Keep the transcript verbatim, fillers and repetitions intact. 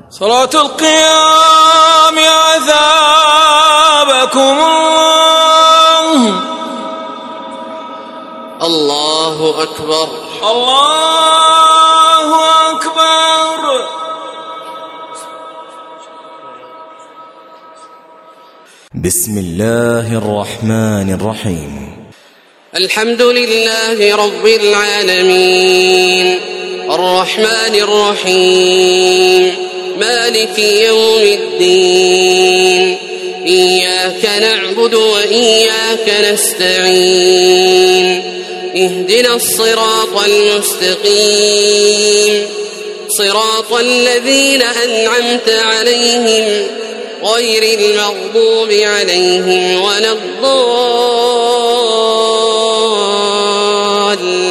صلاة القيام عذابكم. الله أكبر الله أكبر. بسم الله الرحمن الرحيم. الحمد لله رب العالمين الرحمن الرحيم مالك يوم الدين إياك نعبد وإياك نستعين اهدنا الصراط المستقيم صراط الذين أنعمت عليهم غير المغضوب عليهم ولا الضالين.